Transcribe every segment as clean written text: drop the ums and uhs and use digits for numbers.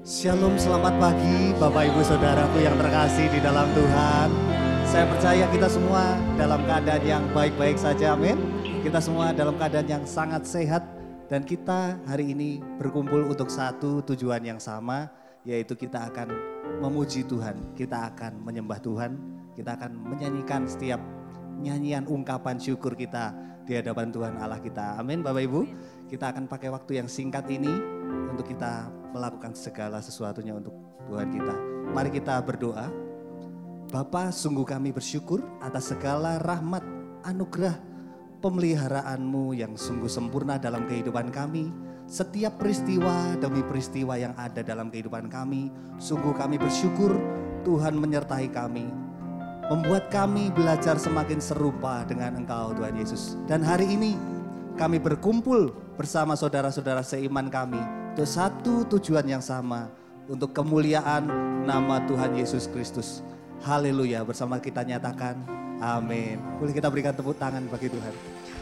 Shalom, selamat pagi Bapak Ibu Saudaraku yang terkasih di dalam Tuhan. Saya percaya kita semua dalam keadaan yang baik-baik saja, amin. Kita semua dalam keadaan yang sangat sehat. Dan kita hari ini berkumpul untuk satu tujuan yang sama, yaitu kita akan memuji Tuhan. Kita akan menyembah Tuhan, kita akan menyanyikan setiap nyanyian ungkapan syukur kita di hadapan Tuhan Allah kita. Amin Bapak Ibu. Kita akan pakai waktu yang singkat ini untuk kita melakukan segala sesuatunya untuk Tuhan kita. Mari kita berdoa. Bapa, sungguh kami bersyukur atas segala rahmat, anugerah, pemeliharaanmu yang sungguh sempurna dalam kehidupan kami. Setiap peristiwa demi peristiwa yang ada dalam kehidupan kami, sungguh kami bersyukur Tuhan menyertai kami. Membuat kami belajar semakin serupa dengan Engkau Tuhan Yesus. Dan hari ini kami berkumpul bersama saudara-saudara seiman kami untuk satu tujuan yang sama, untuk kemuliaan nama Tuhan Yesus Kristus. Haleluya, bersama kita nyatakan amin. Boleh kita berikan tepuk tangan bagi Tuhan.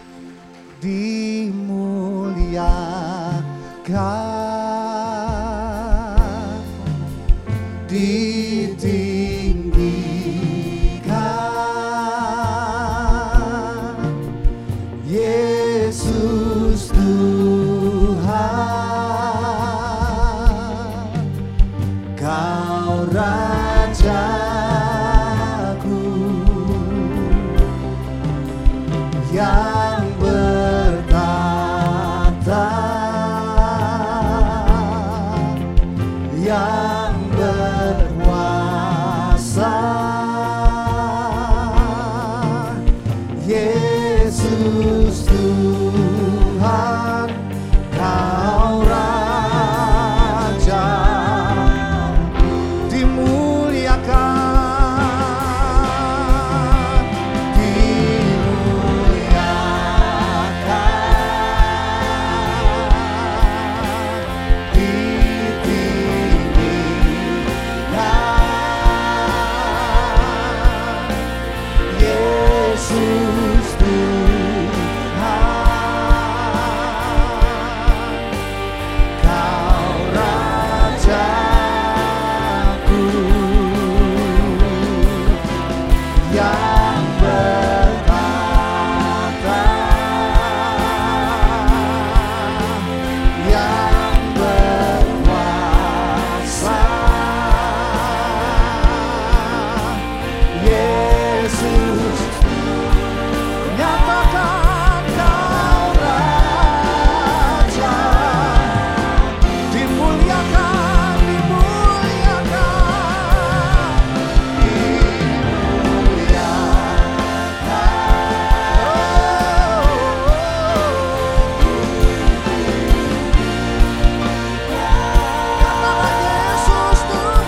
Dimuliakan, ditinggikan, Yesus Tuhan, Kau Rajaku yang bertata, yang berkuasa, Yesus Tuhan, Kau Raja, dimuliakan, dimuliakan, ditinggikan, Yesus Tuhan, Kau Rajaku yang bertata, yang berkuasa, Yesus. Nyatakan Kau Raja, dimuliakan, dimuliakan, katakan Yesus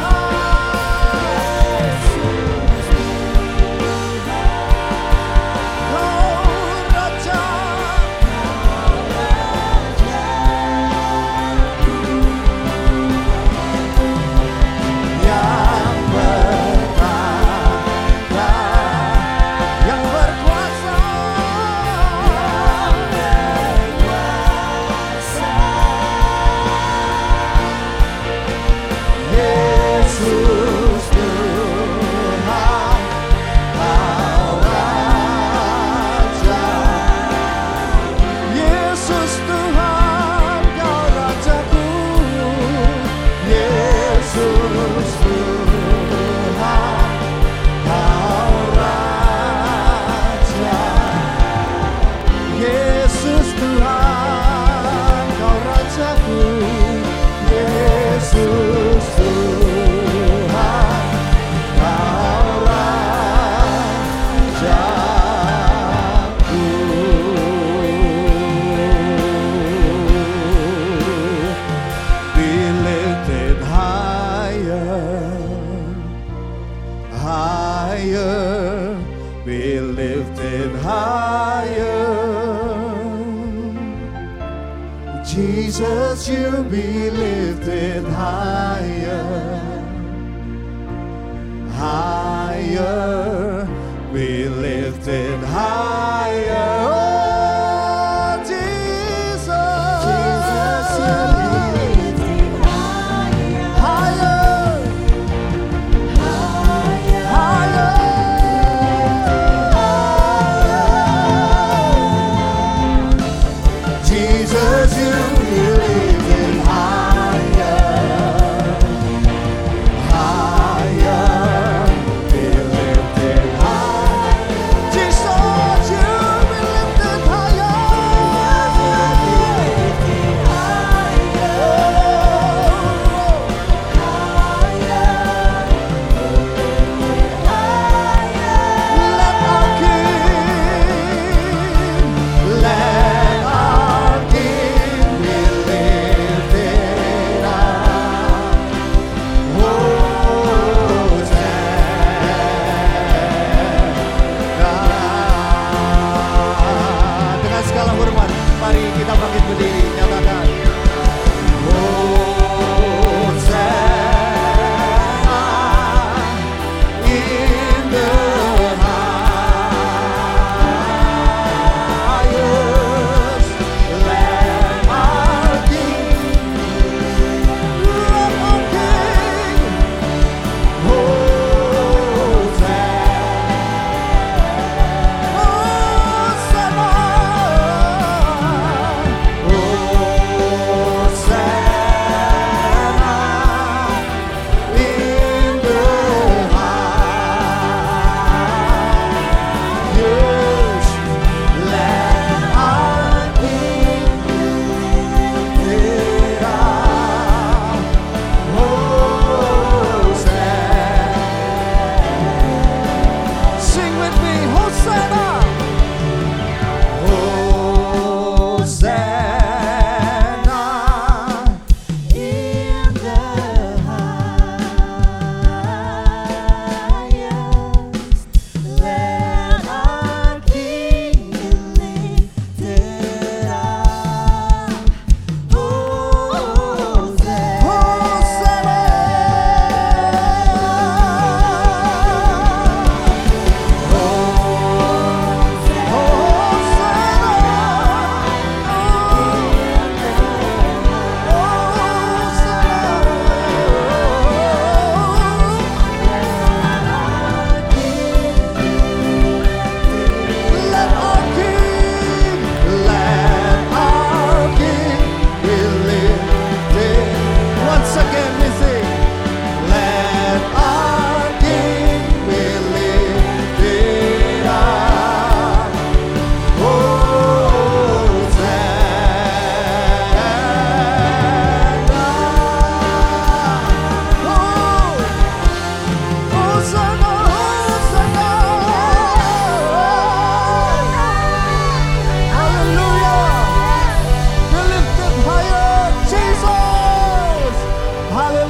Tuhan, Kau Rajaku, Yesus Tuhan, Kau Raja, Yesus Tuhan, Kau Rajaku, Yesus Tuhan, Kau Rajaku. Be lifted higher, higher, be lifted higher. Jesus, you be lifted higher, higher, be lifted higher. Oh, Jesus, Jesus, you be lifted higher.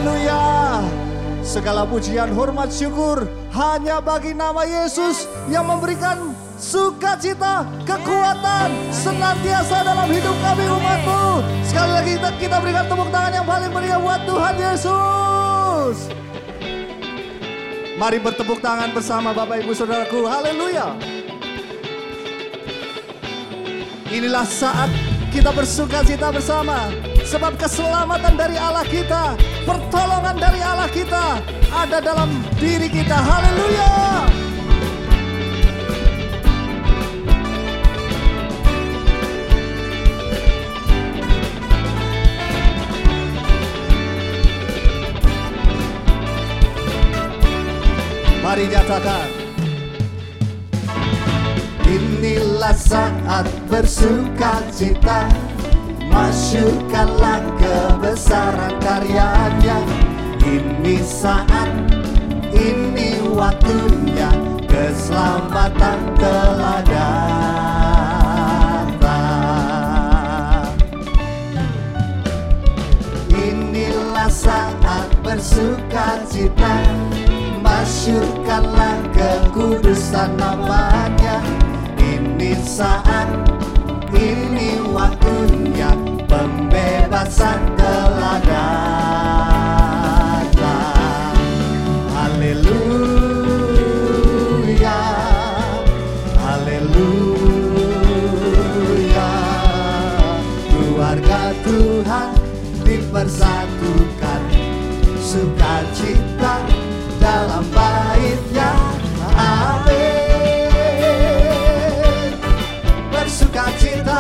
Haleluya. Segala pujian, hormat, syukur hanya bagi nama Yesus yang memberikan sukacita, kekuatan senantiasa dalam hidup kami umat-Mu. Sekali lagi kita berikan tepuk tangan yang paling meriah buat Tuhan Yesus. Mari bertepuk tangan bersama Bapak Ibu Saudaraku. Haleluya. Inilah saat kita bersukacita bersama. Sebab keselamatan dari Allah kita, pertolongan dari Allah kita ada dalam diri kita. Haleluya. Mari nyatakan. Inilah saat bersukacita, masyurkanlah kebesaran karyanya. Ini saat, ini waktunya, keselamatan telah datang. Inilah saat bersukacita, masyurkanlah kekudusan namanya. Ini saat, ini waktunya, pembebasan telah datang. Haleluya, haleluya. Keluarga Tuhan dipersatukan, sukacita dalam bait-Nya. Amin. Bersukacita.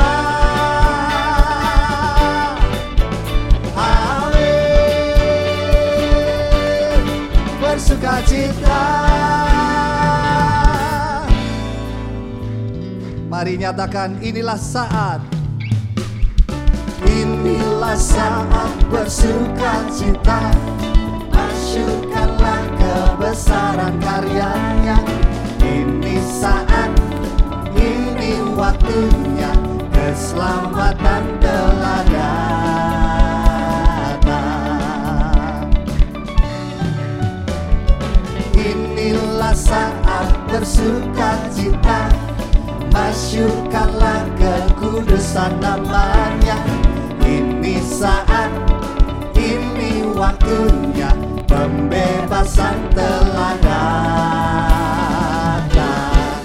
Amin. Bersukacita. Mari nyatakan, inilah saat. Inilah saat bersukacita, masyurkanlah kebesaran karyanya. Ini saat, ini waktunya, keselamatan telah datang. Inilah saat bersukacita, masyurkanlah kekudusan namanya. Ini saat, ini waktunya, pembebasan telah datang.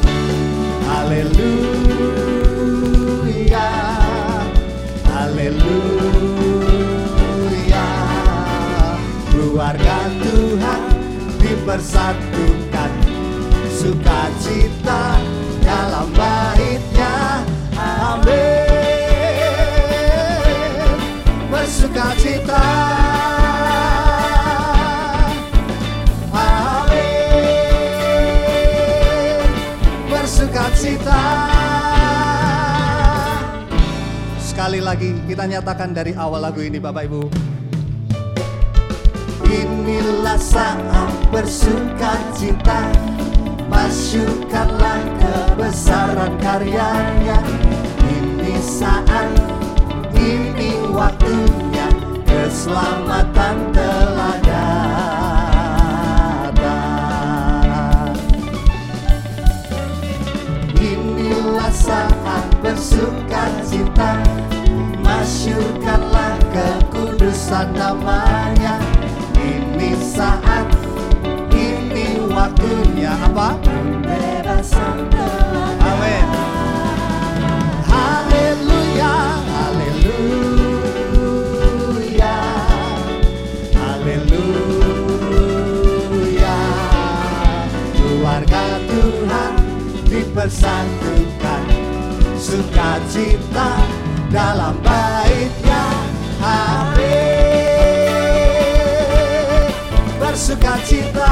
Haleluya, haleluya. Keluarga Tuhan dipersatukan, sukacita dalam bait-Nya. Amin. Bersukacita. Bersukacita. Sekali lagi kita nyatakan dari awal lagu ini, Bapak Ibu. Inilah saat bersukacita, masyurkanlah kebesaran karyanya. Ini saat, ini waktunya, keselamatan telah datang. Inilah saat bersukacita, masyurkanlah kekudusan namanya. Ini saat, ini waktunya apa? Pembebasan telah datang. Amin. Haleluya, haleluya, haleluya. Keluarga Tuhan dipersatukan, sukacita dalam bait-Nya. Amin. Bersukacita.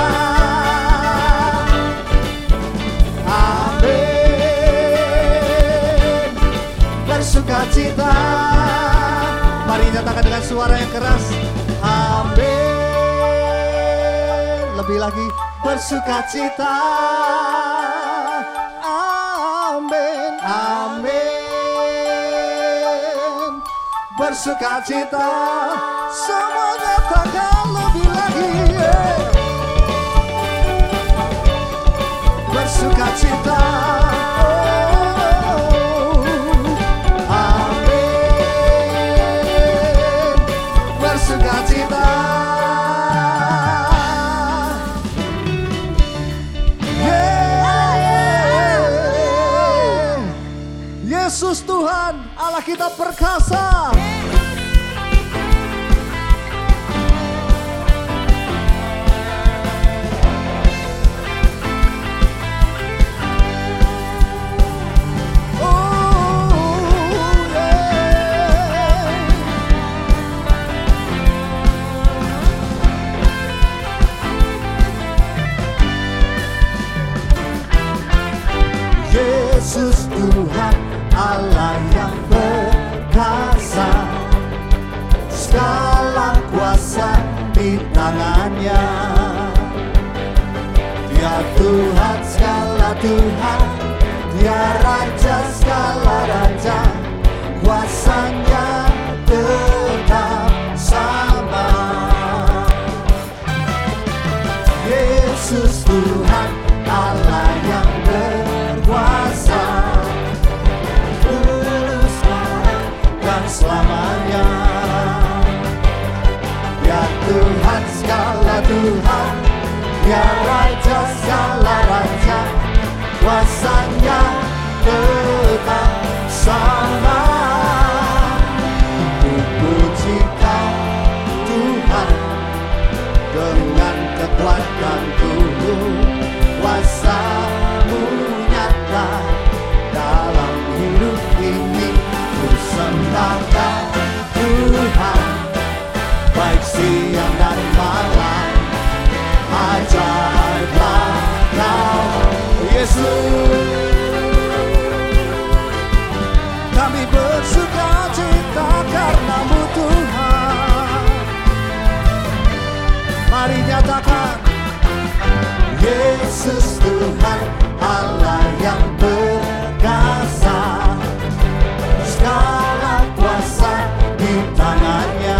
Amin. Bersukacita. Mari nyatakan dengan suara yang keras. Amin. Lebih lagi, bersukacita. Amin. Amin. Bersukacita. Semua nyatakan. kita perkasa. Yesus Tuhan Allah yang perkasa, segala kuasa di tangannya. Dia Tuhan segala Tuhan, Dia Raja segala Raja, kuasanya tetap sama. Yesus Tuhan Allah yang berkuasa, dulu sekarang dan selamanya. Ya Tuhan segala Tuhan, Ya Raja segala Raja, kuasanya tetap sama. Ku puji Kau Tuhan dengan kekuatanku, kuasa-Mu nyata dalam hidup ini. Ku sembah Kau Tuhan, baik siang dan malam. Ajaiblah Kau Yesus. Kami bersuka cita karena-Mu Tuhan. Mari nyatakan, Yesus Tuhan Allah yang perkasa, segala kuasa di tangannya.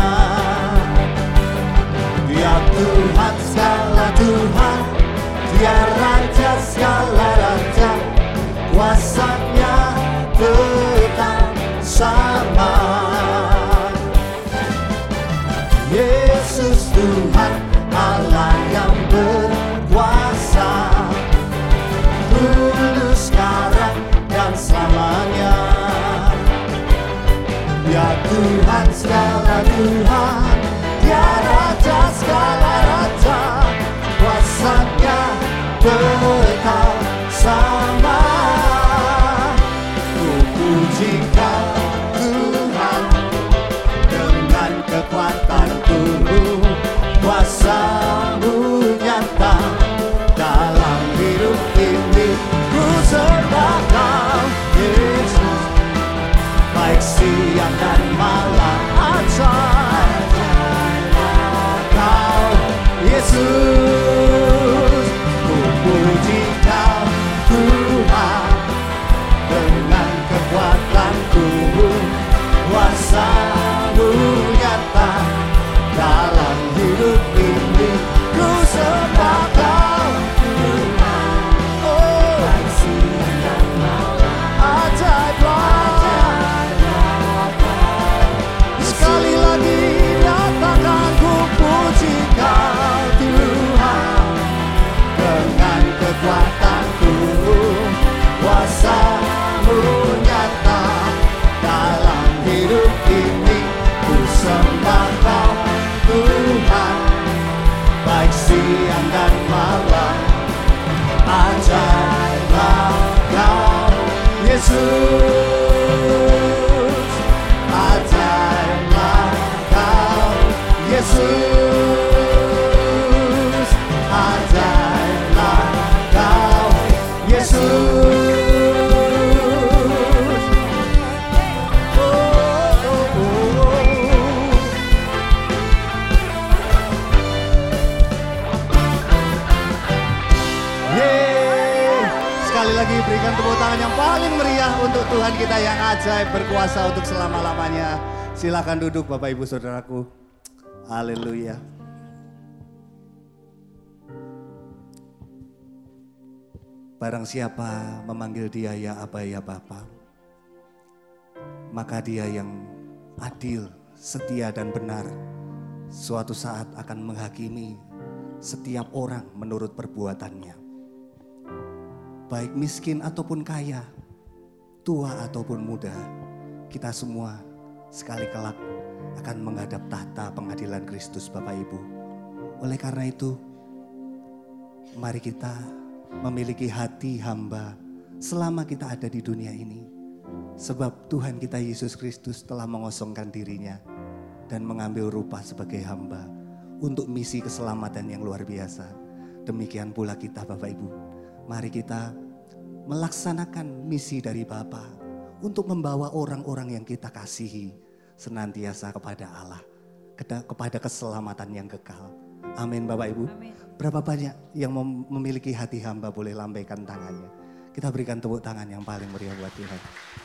Dia Tuhan segala Tuhan, Dia Raja segala Raja, kuasanya tetap sama. Yesus Tuhan Allah yang berkuasa, dulu sekarang dan selamanya. Ya Tuhan segala Tuhan, Ya Raja segala Raja, kuasanya tetap sama. Ku puji Kau Tuhan dengan kekuatanku, kuasa-Mu nyata dalam hidup ini. Ku sembah Kau Yesus, baik siang dan malam. Ajaiblah Kau Yesus. Ku puji Kau Tuhan dengan kekuatanku, kuasa-Mu nyata dalam hidup ini. Ku sembah Kau Tuhan, oh baik siang dan malam. Ajaiblah sekali lagi nyatakan, ku puji Kau Tuhan dengan kekuatanku, kuasa-Mu nyata dalam hidup ini. Ku sembah Kau Tuhan, baik siang dan malam. Ajaiblah Kau Yesus, ajaiblah Kau Yesus, ajaiblah Kau Yesus. Sekali lagi berikan tepuk tangan yang paling meriah untuk Tuhan kita yang ajaib, berkuasa untuk selama-lamanya. Silakan duduk Bapak Ibu Saudaraku. Haleluya. Barang siapa memanggil Dia ya Aba ya Bapa, maka Dia yang adil, setia dan benar suatu saat akan menghakimi setiap orang menurut perbuatannya. Baik miskin ataupun kaya, tua ataupun muda, kita semua sekali kelak akan menghadap tahta pengadilan Kristus Bapak Ibu. Oleh karena itu, mari kita memiliki hati hamba selama kita ada di dunia ini. Sebab Tuhan kita Yesus Kristus telah mengosongkan dirinya dan mengambil rupa sebagai hamba untuk misi keselamatan yang luar biasa. Demikian pula kita Bapak Ibu. Mari kita melaksanakan misi dari Bapa untuk membawa orang-orang yang kita kasihi senantiasa kepada Allah, kepada keselamatan yang kekal. Amin Bapak Ibu. Amin. Berapa banyak yang memiliki hati hamba boleh lambaikan tangannya. Kita berikan tepuk tangan yang paling meriah buat Tuhan.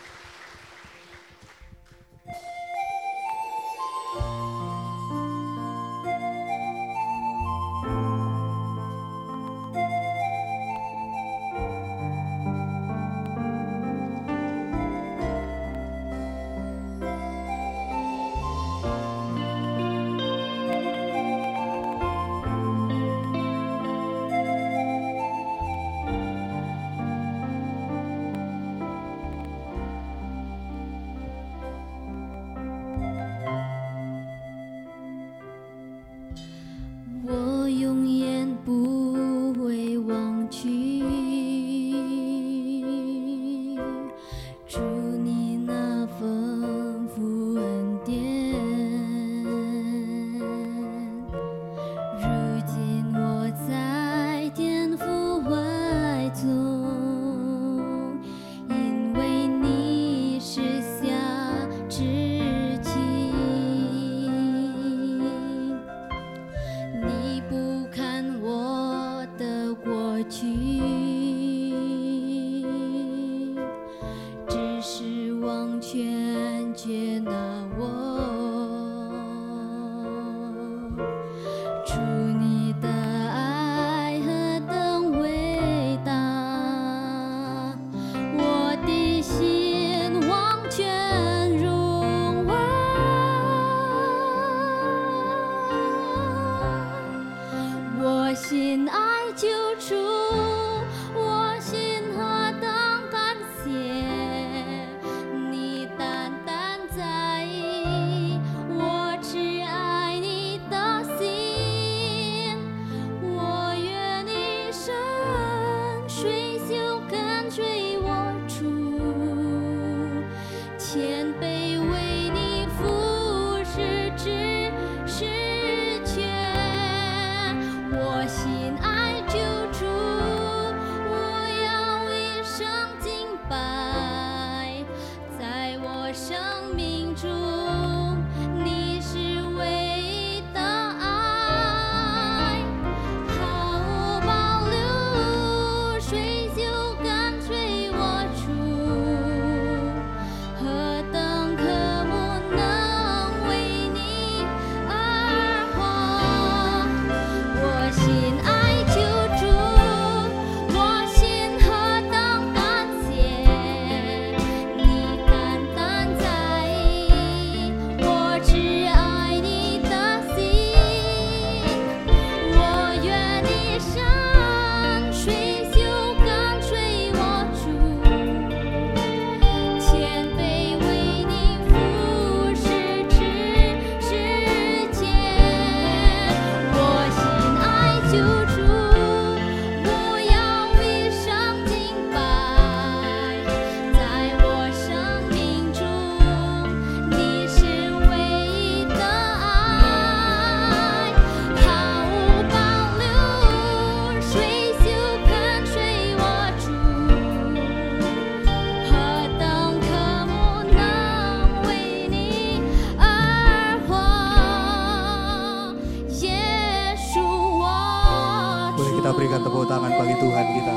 Berikan tepuk tangan bagi Tuhan kita.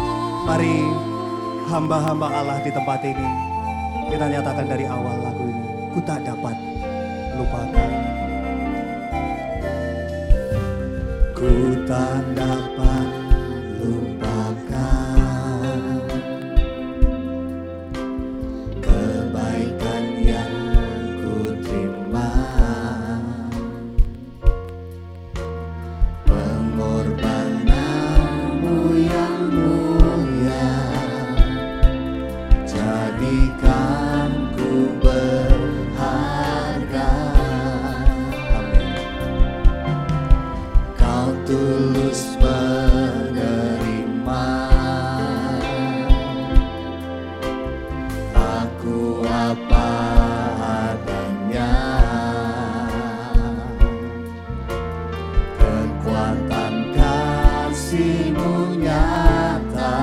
Mari hamba-hamba Allah di tempat ini, kita nyatakan dari awal lagu ini, ku tak dapat lupakan. Ku tak dapat lupakan kebaikan yang ku terima, pengorbananmu yang mulia, jadikan ku tulus menerima. Aku apa adanya, kekuatan kasih-Mu nyata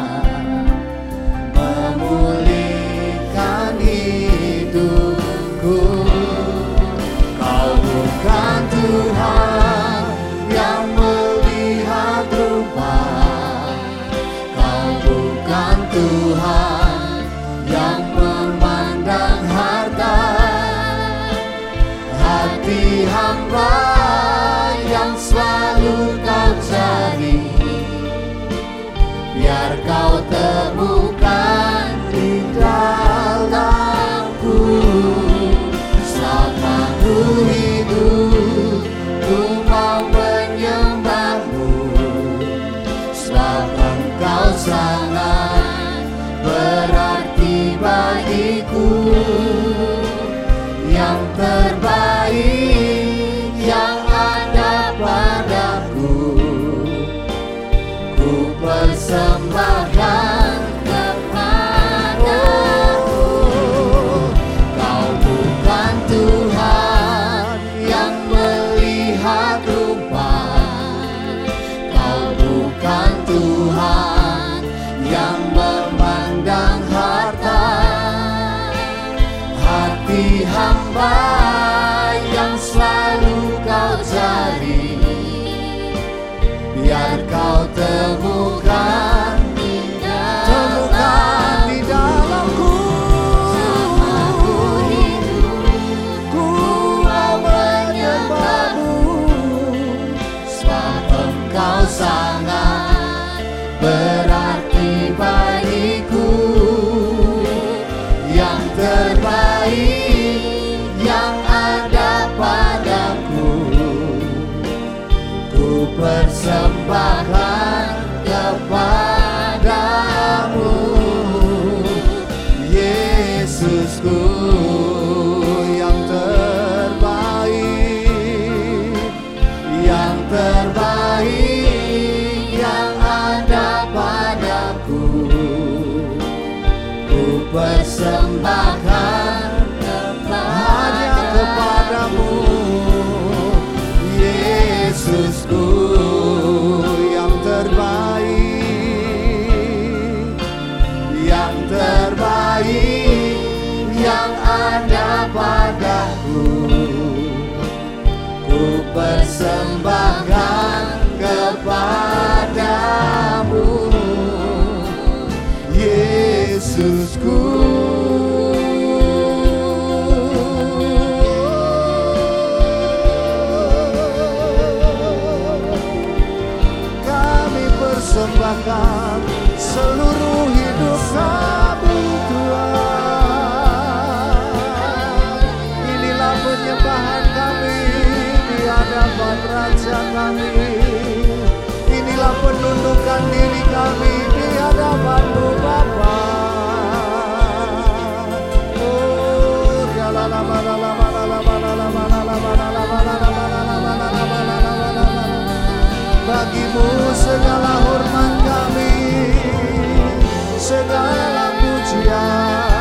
memulihkan hidupku. Kau bukan Tuhan yang melihat rupa, Kau bukan Tuhan yang memandang harta. Hati hamba yang selalu Kau cari, biar Kau temukan di dalamku. Selama ku hidup, ku mau menyembah-Mu, sebab Engkau sangat berarti bagiku. Yang terbaik yang ada padaku, ku persembahkan kepadamu. Kau bukan Tuhan yang melihat rupa, Kau bukan Tuhan yang memandang harta. Hati hamba yang selalu Kau cari, biar Kau temukan di dalamku. Ku mau menyembah-Mu, sebab Engkau sangat berarti bagiku. Yang terbaik yang ada padaku, ku persembahkan kepadamu. Yesusku yang terbaik, yang terbaik yang ada padaku, ku persembahkan hanya kepadamu. Yesusku yang terbaik, yang terbaik yang ada padaku, ku persembahkan kepadamu. Yesusku. Kami persembahkan seluruh hidup kami, Tuhan. Inilah penyembahan kami di hadapan Raja kami. Inilah penundukan diri kami di hadapan-Mu, Bapa. Bagi-Mu segala hormat kami, segala pujian.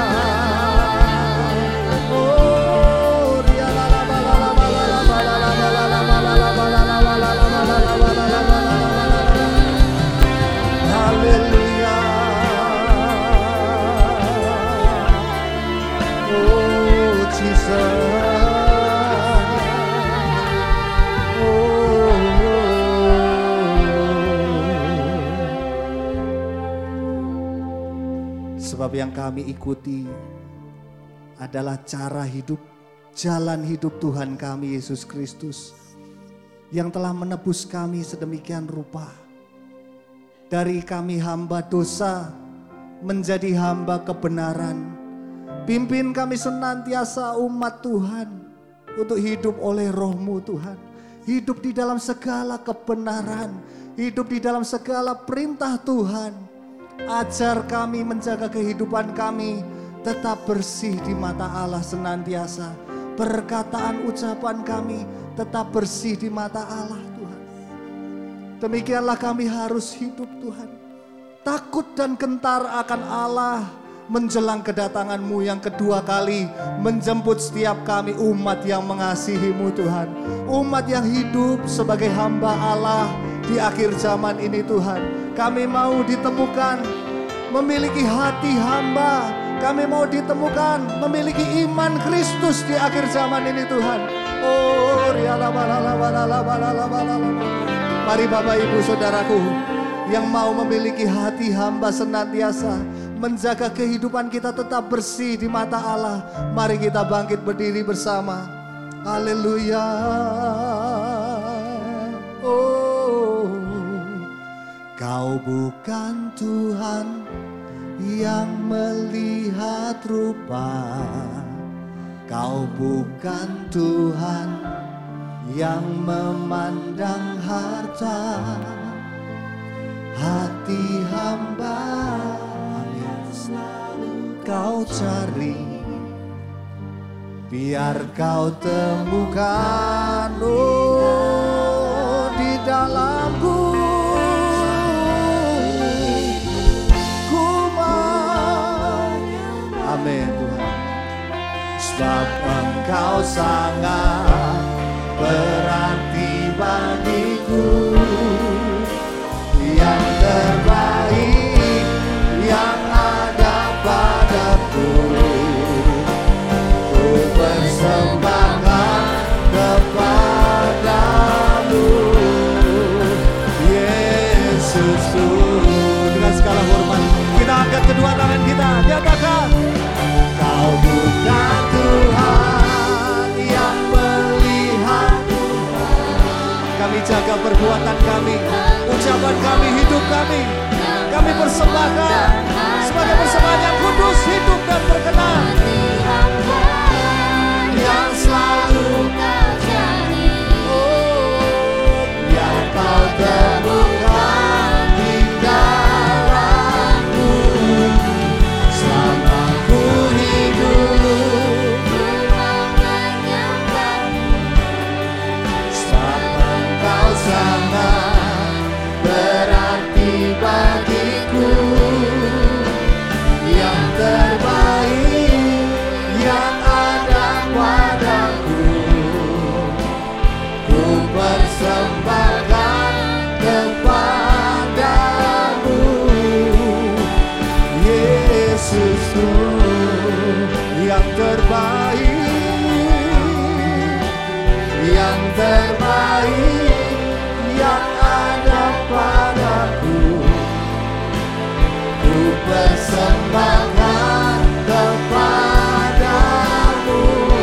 Haleluya. Oh Jesus. Sebab yang kami ikuti adalah cara hidup, jalan hidup Tuhan kami Yesus Kristus, yang telah menebus kami sedemikian rupa. Dari kami hamba dosa menjadi hamba kebenaran. Pimpin kami senantiasa umat Tuhan untuk hidup oleh Roh-Mu Tuhan. Hidup di dalam segala kebenaran, hidup di dalam segala perintah Tuhan. Ajar kami menjaga kehidupan kami tetap bersih di mata Allah senantiasa. Perkataan ucapan kami tetap bersih di mata Allah Tuhan. Demikianlah kami harus hidup Tuhan. Takut dan gentar akan Allah menjelang kedatangan-Mu yang kedua kali, menjemput setiap kami umat yang mengasihi-Mu Tuhan. Umat yang hidup sebagai hamba Allah di akhir zaman ini Tuhan. Kami mau ditemukan memiliki hati hamba. Kami mau ditemukan memiliki iman Kristus di akhir zaman ini Tuhan. Oh, mari Bapak Ibu Saudaraku yang mau memiliki hati hamba senantiasa menjaga kehidupan kita tetap bersih di mata Allah. Mari kita bangkit berdiri bersama. Haleluya. Oh, Kau bukan Tuhan yang melihat rupa. Kau bukan Tuhan yang memandang harta. Hati hamba yang selalu Kau cari, biar Kau temukan di dalamku. Amin Tuhan. Sebab Engkau sangat berarti bagiku. Yang terbaik yang ada padaku, ku persembahkan kepadamu, Yesusku. Dengan segala hormat kita angkat kedua tangan kita, nyatakan Kau bukan Tuhan yang melihat. Kami jaga perbuatan kami, ucapan kami, hidup kami. Kami persembahkan sebagai persembahan yang kudus, hidup dan berkenan. Yang selalu Kau cari, biar Kau temukan di dalamku. Selama ku hidup, sebab Engkau sangat berarti bagiku. Yang terbaik yang ada padaku, ku persembahkan kepadamu, Yesusku. Yang terbaik, yang terbaik yang ada padaku, ku persembahkan kepadamu,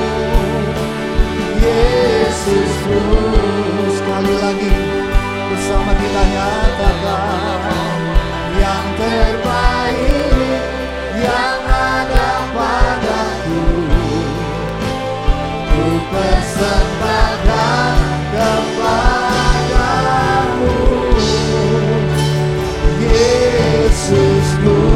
Yesusku. Sekali lagi bersama kita nyatakan yang terbaik yang ada padaku, ku persembahkan kepadamu, Yesusku.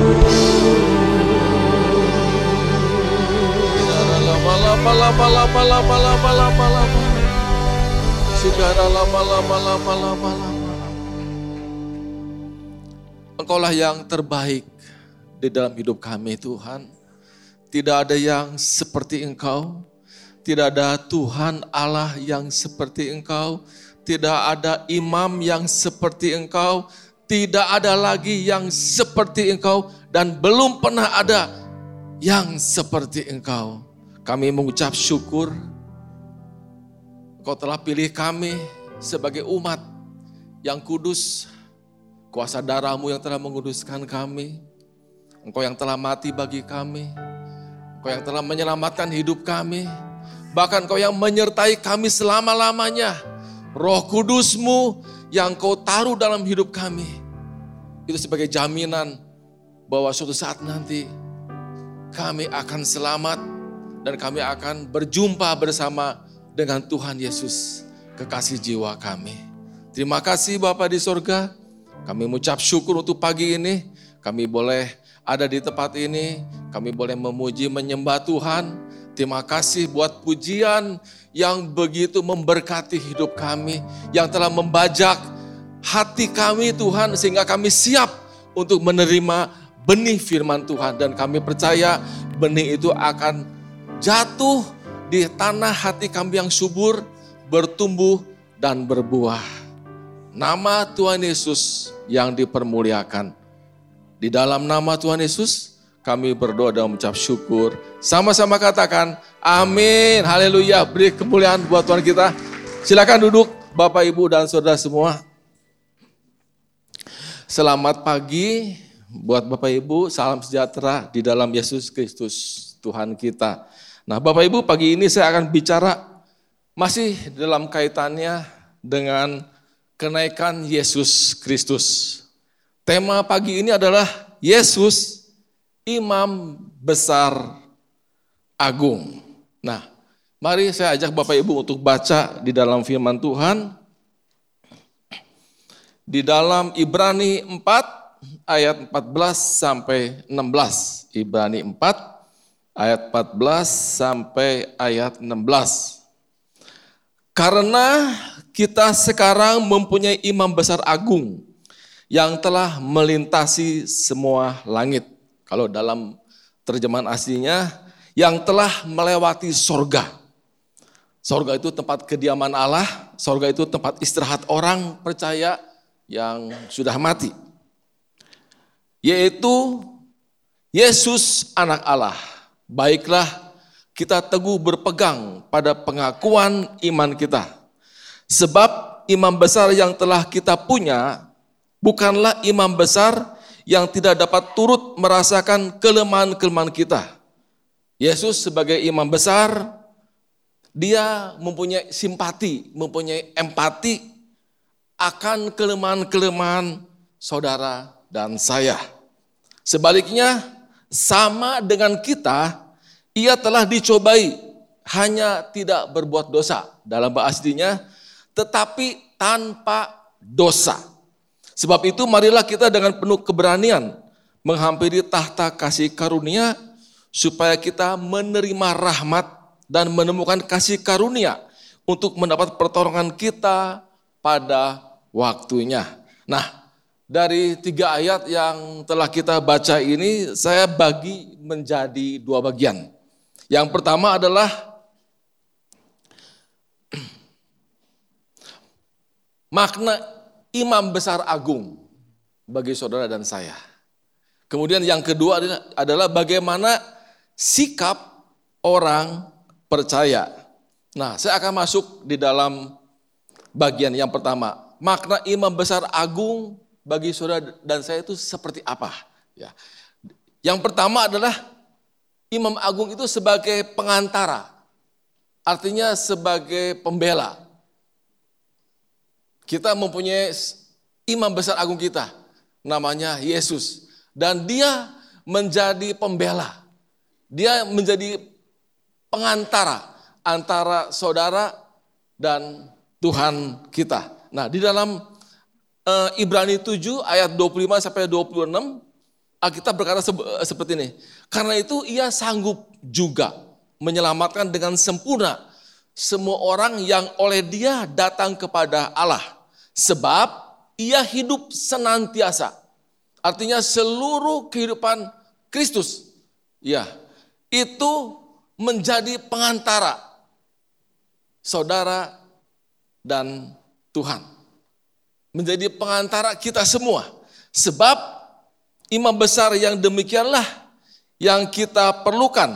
Engkaulah yang terbaik di dalam hidup kami Tuhan. Tidak ada yang seperti Engkau. Tidak ada Tuhan Allah yang seperti Engkau. Tidak ada imam yang seperti Engkau. Tidak ada lagi yang seperti Engkau. Dan belum pernah ada yang seperti Engkau. Kami mengucap syukur. Engkau telah pilih kami sebagai umat yang kudus. Kuasa darah-Mu yang telah menguduskan kami. Engkau yang telah mati bagi kami. Engkau yang telah menyelamatkan hidup kami. Bahkan Engkau yang menyertai kami selama-lamanya. Roh Kudus-Mu yang Kau taruh dalam hidup kami. Itu sebagai jaminan bahwa suatu saat nanti kami akan selamat dan kami akan berjumpa bersama dengan Tuhan Yesus, kekasih jiwa kami. Terima kasih Bapa di sorga. Kami mengucap syukur untuk pagi ini. Kami boleh ada di tempat ini. Kami boleh memuji, menyembah Tuhan. Terima kasih buat pujian yang begitu memberkati hidup kami. Yang telah membajak hati kami Tuhan, sehingga kami siap untuk menerima benih firman Tuhan. Dan kami percaya benih itu akan jatuh di tanah hati kami yang subur, bertumbuh dan berbuah. Nama Tuhan Yesus yang dipermuliakan. Di dalam nama Tuhan Yesus kami berdoa dan mengucap syukur. Sama-sama katakan amin. Haleluya. Beri kemuliaan buat Tuhan kita. Silakan duduk Bapak, Ibu, dan saudara semua. Selamat pagi buat Bapak Ibu, salam sejahtera di dalam Yesus Kristus Tuhan kita. Nah Bapak Ibu, pagi ini saya akan bicara masih dalam kaitannya dengan kenaikan Yesus Kristus. Tema pagi ini adalah Yesus Imam Besar Agung. Nah, mari saya ajak Bapak Ibu untuk baca di dalam firman Tuhan. Di dalam Ibrani 4 ayat 14 sampai 16. Ibrani 4 ayat 14 sampai ayat 16. Karena kita sekarang mempunyai imam besar agung yang telah melintasi semua langit. Kalau dalam terjemahan aslinya, yang telah melewati sorga. Sorga itu tempat kediaman Allah, sorga itu tempat istirahat orang percaya yang sudah mati. Yaitu Yesus anak Allah. Baiklah kita teguh berpegang pada pengakuan iman kita. Sebab imam besar yang telah kita punya bukanlah imam besar yang tidak dapat turut merasakan kelemahan-kelemahan kita. Yesus sebagai imam besar, dia mempunyai simpati, mempunyai empati akan kelemahan-kelemahan saudara dan saya. Sebaliknya, sama dengan kita, ia telah dicobai, hanya tidak berbuat dosa. Dalam bahasa aslinya, tetapi tanpa dosa. Sebab itu marilah kita dengan penuh keberanian menghampiri tahta kasih karunia, supaya kita menerima rahmat dan menemukan kasih karunia untuk mendapat pertolongan kita pada waktunya. Nah, dari 3 ayat yang telah kita baca ini, saya bagi menjadi 2 bagian. Yang pertama adalah makna imam besar agung bagi saudara dan saya. Kemudian yang kedua adalah bagaimana sikap orang percaya. Nah, saya akan masuk di dalam bagian yang pertama. Makna imam besar agung bagi saudara dan saya itu seperti apa? Ya. Yang pertama adalah imam agung itu sebagai pengantara. Artinya sebagai pembela. Kita mempunyai imam besar agung kita, namanya Yesus. Dan dia menjadi pembela. Dia menjadi pengantara antara saudara dan Tuhan kita. Nah, di dalam Ibrani 7 ayat 25 sampai 26, Alkitab berkata seperti ini. Karena itu ia sanggup juga menyelamatkan dengan sempurna semua orang yang oleh dia datang kepada Allah. Sebab ia hidup senantiasa. Artinya seluruh kehidupan Kristus, ya, itu menjadi pengantara saudara dan Tuhan. Menjadi pengantara kita semua. Sebab imam besar yang demikianlah yang kita perlukan.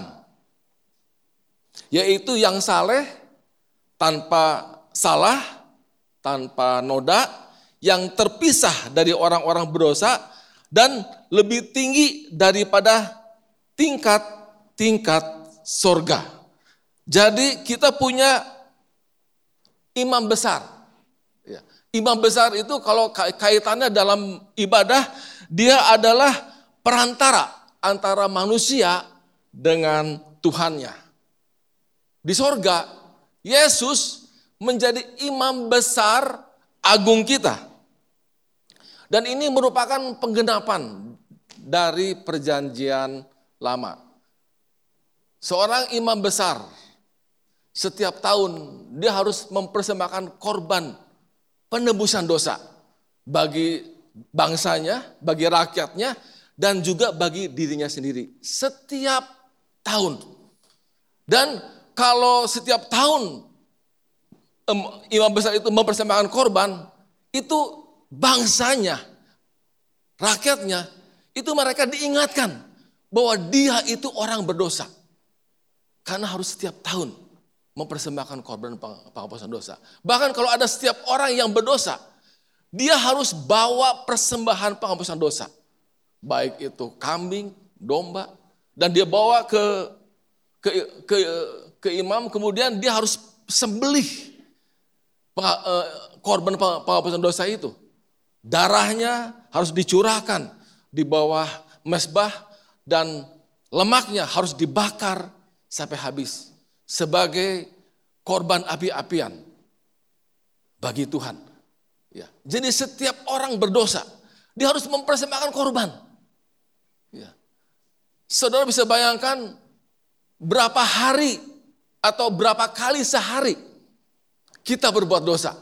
Yaitu yang saleh, tanpa salah, tanpa noda, yang terpisah dari orang-orang berdosa, dan lebih tinggi daripada tingkat-tingkat sorga. Jadi kita punya imam besar. Imam besar itu kalau kaitannya dalam ibadah, dia adalah perantara antara manusia dengan Tuhannya. Di sorga, Yesus menjadi imam besar agung kita. Dan ini merupakan penggenapan dari perjanjian lama. Seorang imam besar, setiap tahun dia harus mempersembahkan korban penebusan dosa. bagi bangsanya, bagi rakyatnya, dan juga bagi dirinya sendiri. Setiap tahun. Dan kalau setiap tahun imam besar itu mempersembahkan korban, itu bangsanya, rakyatnya, itu mereka diingatkan bahwa dia itu orang berdosa. Karena harus setiap tahun mempersembahkan korban penghapusan dosa. Bahkan kalau ada setiap orang yang berdosa, dia harus bawa persembahan penghapusan dosa. Baik itu kambing, domba, dan dia bawa ke imam, kemudian dia harus sembelih korban penghapusan dosa itu. Darahnya harus dicurahkan di bawah mezbah dan lemaknya harus dibakar sampai habis sebagai korban api-apian bagi Tuhan. Ya. Jadi setiap orang berdosa, dia harus mempersembahkan korban. Ya. Saudara bisa bayangkan berapa hari atau berapa kali sehari kita berbuat dosa.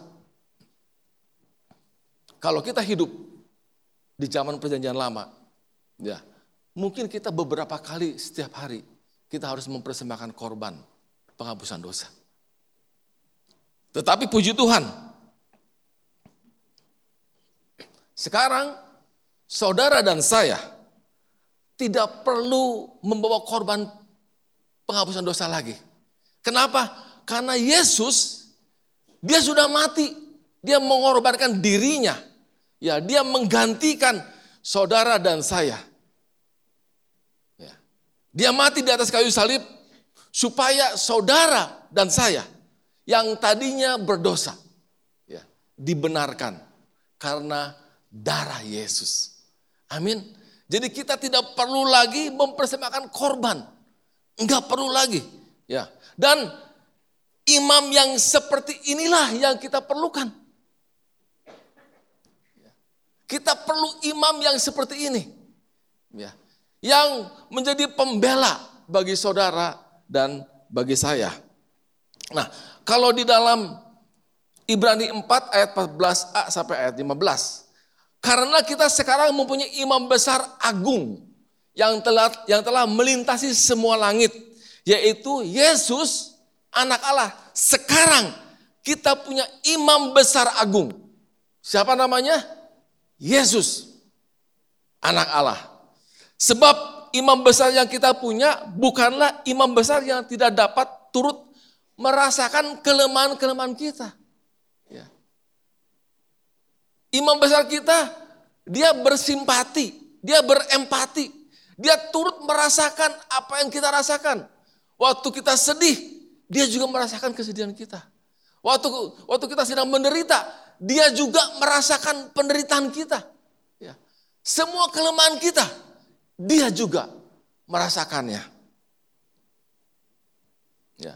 Kalau kita hidup di zaman perjanjian lama, ya, mungkin kita beberapa kali setiap hari kita harus mempersembahkan korban penghapusan dosa. Tetapi puji Tuhan, sekarang saudara dan saya tidak perlu membawa korban penghapusan dosa lagi. Kenapa? Karena Yesus, dia sudah mati. Dia mengorbankan dirinya. Ya, dia menggantikan saudara dan saya. Ya. Dia mati di atas kayu salib supaya saudara dan saya yang tadinya berdosa, ya, dibenarkan karena darah Yesus. Amin. Jadi kita tidak perlu lagi mempersembahkan korban. Enggak perlu lagi. Ya. Dan imam yang seperti inilah yang kita perlukan. Kita perlu imam yang seperti ini. Ya. Yang menjadi pembela bagi saudara dan bagi saya. Nah, kalau di dalam Ibrani 4 ayat 14a sampai ayat 15. Karena kita sekarang mempunyai imam besar agung yang telah melintasi semua langit, yaitu Yesus anak Allah. Sekarang kita punya imam besar agung. Siapa namanya? Yesus anak Allah. Sebab imam besar yang kita punya bukanlah imam besar yang tidak dapat turut merasakan kelemahan-kelemahan kita. Imam besar kita, dia bersimpati, dia berempati, dia turut merasakan apa yang kita rasakan. Waktu kita sedih, dia juga merasakan kesedihan kita. Waktu kita sedang menderita, dia juga merasakan penderitaan kita. Ya. Semua kelemahan kita, dia juga merasakannya. Ya.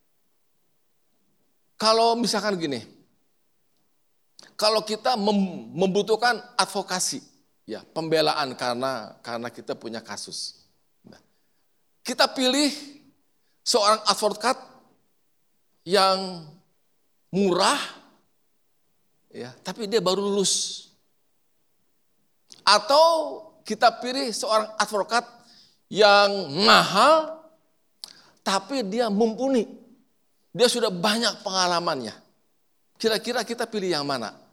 Kalau misalkan gini, kalau kita membutuhkan advokasi, ya, pembelaan karena kita punya kasus. Kita pilih seorang advokat yang murah, ya, tapi dia baru lulus. Atau kita pilih seorang advokat yang mahal, tapi dia mumpuni. Dia sudah banyak pengalamannya. Kira-kira kita pilih yang mana?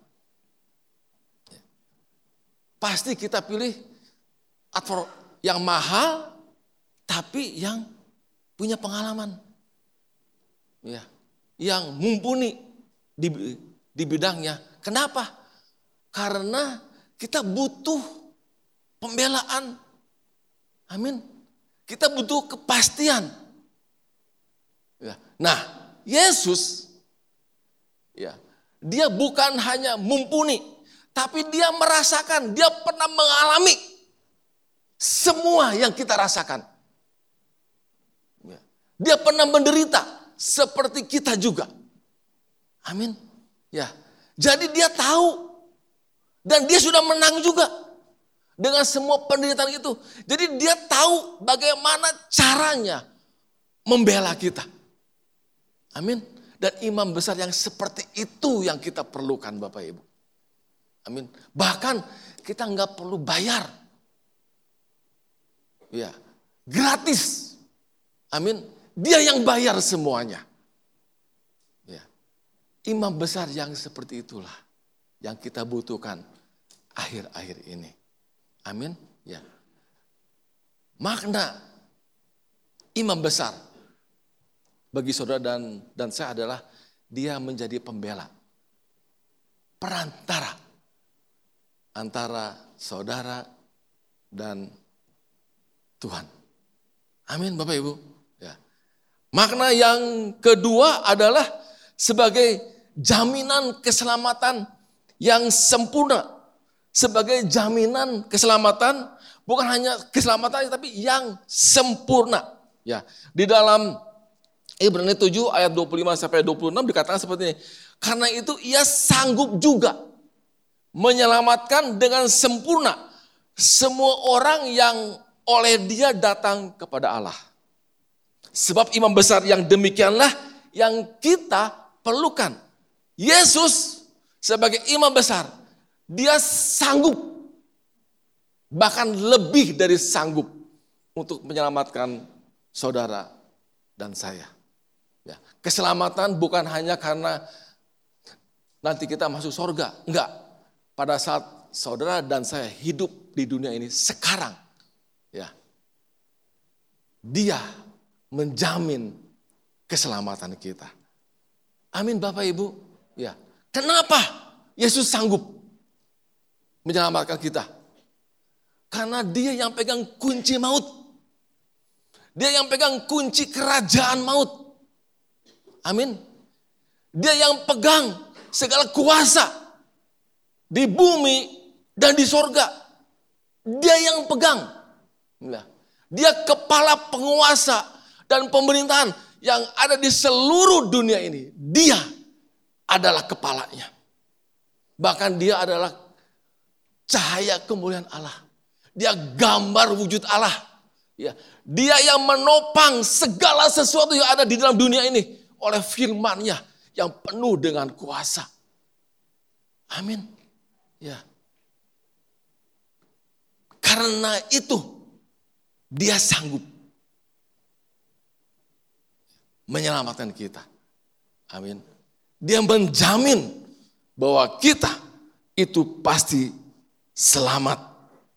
Pasti kita pilih advokat yang mahal, tapi yang punya pengalaman. Ya, yang mumpuni di bidangnya. Kenapa? Karena kita butuh pembelaan. Amin. Kita butuh kepastian. Ya. Nah, Yesus, ya, dia bukan hanya mumpuni, tapi dia merasakan, dia pernah mengalami semua yang kita rasakan. Ya. Dia pernah menderita seperti kita juga. Amin. Ya. Jadi dia tahu dan dia sudah menang juga dengan semua penderitaan itu. Jadi dia tahu bagaimana caranya membela kita. Amin. Dan imam besar yang seperti itu yang kita perlukan, Bapak Ibu. Amin. Bahkan kita nggak perlu bayar. Ya, gratis. Amin. Dia yang bayar semuanya. Ya. Imam besar yang seperti itulah yang kita butuhkan akhir-akhir ini. Amin. Ya. Makna imam besar bagi saudara dan saya adalah dia menjadi pembela, perantara antara saudara dan Tuhan. Amin Bapak Ibu. Ya. Makna yang kedua adalah sebagai jaminan keselamatan yang sempurna. Sebagai jaminan keselamatan, bukan hanya keselamatan tapi yang sempurna. Ya, di dalam Ibrani 7 ayat 25 sampai 26 dikatakan seperti ini. Karena itu ia sanggup juga menyelamatkan dengan sempurna semua orang yang oleh dia datang kepada Allah. Sebab imam besar yang demikianlah yang kita perlukan. Yesus sebagai imam besar, dia sanggup, bahkan lebih dari sanggup untuk menyelamatkan saudara dan saya. Ya, keselamatan bukan hanya karena nanti kita masuk surga, enggak. Pada saat saudara dan saya hidup di dunia ini sekarang, ya, dia menjamin keselamatan kita. Amin Bapak Ibu. Ya, kenapa Yesus sanggup menyelamatkan kita? Karena dia yang pegang kunci maut. Dia yang pegang kunci kerajaan maut. Amin. Dia yang pegang segala kuasa di bumi dan di sorga. Dia yang pegang. Dia kepala penguasa dan pemerintahan yang ada di seluruh dunia ini. Dia adalah kepalanya. Bahkan dia adalah cahaya kemuliaan Allah. Dia gambar wujud Allah. Ya, dia yang menopang segala sesuatu yang ada di dalam dunia ini oleh firman-Nya yang penuh dengan kuasa. Amin. Ya. Karena itu dia sanggup menyelamatkan kita. Amin. Dia menjamin bahwa kita itu pasti selamat.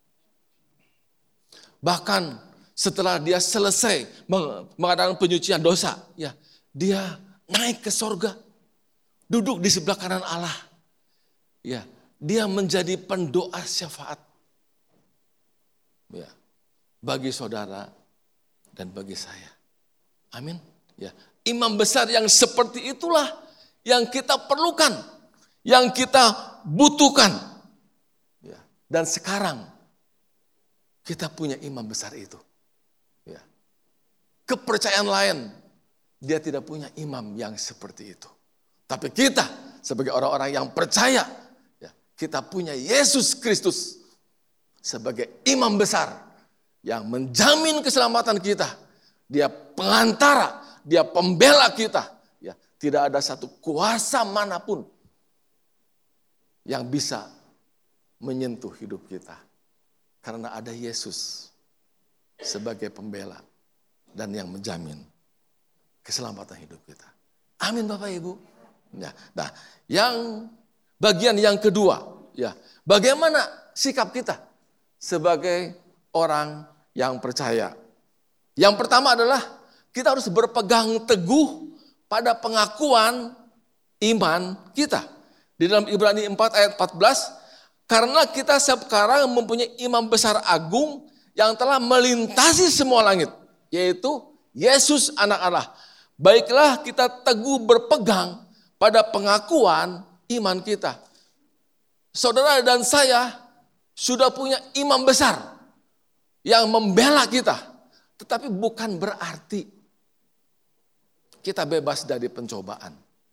Bahkan setelah dia selesai mengadakan penyucian dosa, ya, dia naik ke sorga, duduk di sebelah kanan Allah. Ya, dia menjadi pendoa syafaat, ya, bagi saudara dan bagi saya. Amin. Ya, imam besar yang seperti itulah yang kita perlukan, yang kita butuhkan. Ya, dan sekarang kita punya imam besar itu. Ya. Kepercayaan lain, dia tidak punya imam yang seperti itu. Tapi kita sebagai orang-orang yang percaya, ya, kita punya Yesus Kristus sebagai imam besar yang menjamin keselamatan kita. Dia pengantara, dia pembela kita. Ya, tidak ada satu kuasa manapun yang bisa menyentuh hidup kita. Karena ada Yesus sebagai pembela dan yang menjamin keselamatan hidup kita. Amin Bapak Ibu. Ya, nah, yang bagian yang kedua, ya, bagaimana sikap kita sebagai orang yang percaya? Yang pertama adalah kita harus berpegang teguh pada pengakuan iman kita. Di dalam Ibrani 4 ayat 14, karena kita sekarang mempunyai imam besar agung yang telah melintasi semua langit, yaitu Yesus anak Allah. Baiklah kita teguh berpegang pada pengakuan iman kita. Saudara dan saya sudah punya imam besar yang membela kita. Tetapi bukan berarti kita bebas dari pencobaan.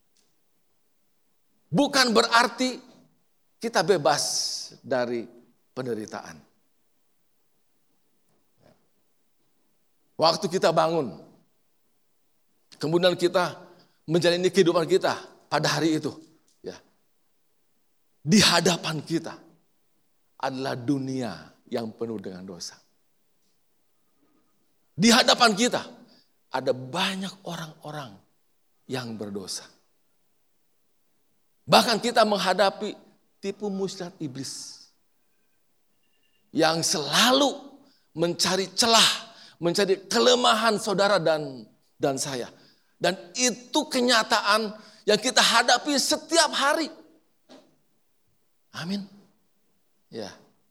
Bukan berarti kita bebas dari penderitaan. Waktu kita bangun, kemudian kita menjalani kehidupan kita pada hari itu, ya, di hadapan kita adalah dunia yang penuh dengan dosa. Di hadapan kita ada banyak orang-orang yang berdosa. Bahkan kita menghadapi tipu muslihat iblis yang selalu mencari celah, mencari kelemahan saudara dan saya. Dan itu kenyataan yang kita hadapi setiap hari. Amin. Ya.